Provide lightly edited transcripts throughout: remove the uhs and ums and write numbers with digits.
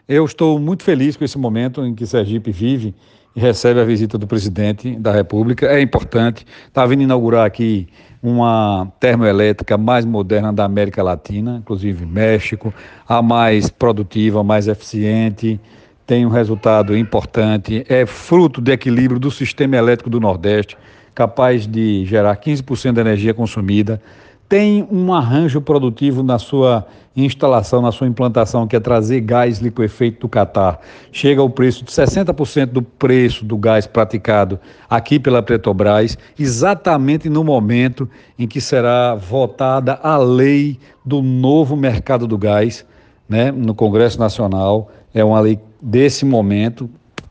Eu estou muito feliz com esse momento em que Sergipe vive e recebe a visita do presidente da República. É importante. Está vindo inaugurar aqui uma termoelétrica mais moderna da América Latina, inclusive México, a mais produtiva, a mais eficiente, tem um resultado importante, é fruto do equilíbrio do sistema elétrico do Nordeste, capaz de gerar 15% da energia consumida, tem um arranjo produtivo na sua instalação, na sua implantação, que é trazer gás liquefeito do Catar. Chega ao preço de 60% do preço do gás praticado aqui pela Petrobras, exatamente no momento em que será votada a lei do novo mercado do gás, né, no Congresso Nacional. É uma lei desse momento,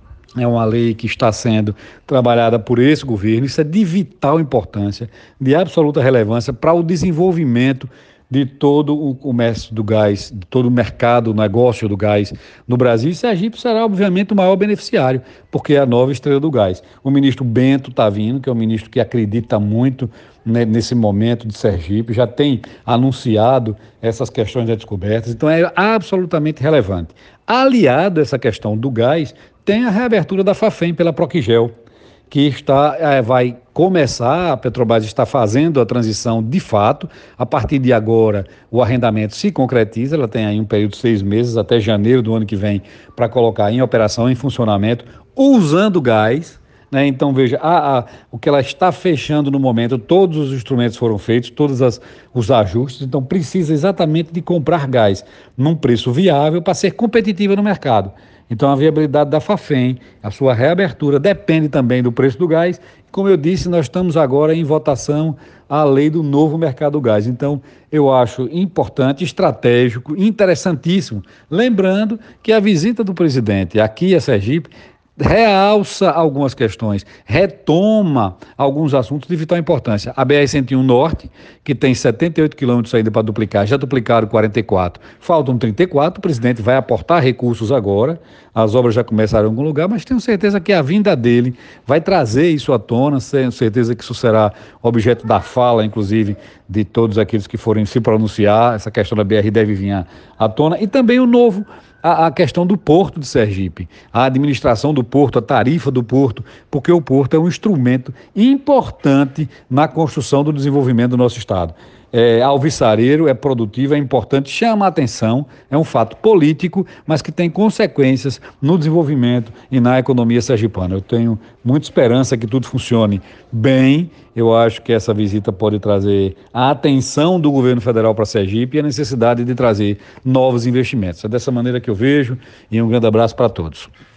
é uma lei que está sendo trabalhada por esse governo. Isso é de vital importância, de absoluta relevância para o desenvolvimento de todo o comércio do gás, de todo o mercado, o negócio do gás no Brasil. E Sergipe será, obviamente, o maior beneficiário, porque é a nova estrela do gás. O ministro Bento está vindo, que é um ministro que acredita muito, né, nesse momento de Sergipe, já tem anunciado essas questões das descobertas, então é absolutamente relevante. Aliado a essa questão do gás, tem a reabertura da Fafem pela Proquigel, que vai começar, a Petrobras está fazendo a transição de fato. A partir de agora o arrendamento se concretiza, ela tem aí um período de 6 meses, até janeiro do ano que vem, para colocar em operação, em funcionamento, usando gás, né? Então veja, o que ela está fechando no momento, todos os instrumentos foram feitos, os ajustes, então precisa exatamente de comprar gás num preço viável para ser competitiva no mercado. Então a viabilidade da Fafem, a sua reabertura, depende também do preço do gás. Como eu disse, nós estamos agora em votação a lei do novo mercado do gás. Então eu acho importante, estratégico, interessantíssimo. Lembrando que a visita do presidente aqui a Sergipe realça algumas questões, retoma alguns assuntos de vital importância. A BR-101 Norte, que tem 78 quilômetros ainda para duplicar, já duplicaram 44, faltam 34, o presidente vai aportar recursos agora, as obras já começaram em algum lugar, mas tenho certeza que a vinda dele vai trazer isso à tona, tenho certeza que isso será objeto da fala, inclusive, de todos aqueles que forem se pronunciar. Essa questão da BR deve vir à tona, e também a questão do Porto de Sergipe, a administração do Porto, a tarifa do Porto, porque o Porto é um instrumento importante na construção do desenvolvimento do nosso Estado. É alvissareiro, é produtivo, é importante, chama a atenção, é um fato político, mas que tem consequências no desenvolvimento e na economia sergipana. Eu tenho muita esperança que tudo funcione bem. Eu acho que essa visita pode trazer a atenção do governo federal para Sergipe e a necessidade de trazer novos investimentos. É dessa maneira que eu vejo, e um grande abraço para todos.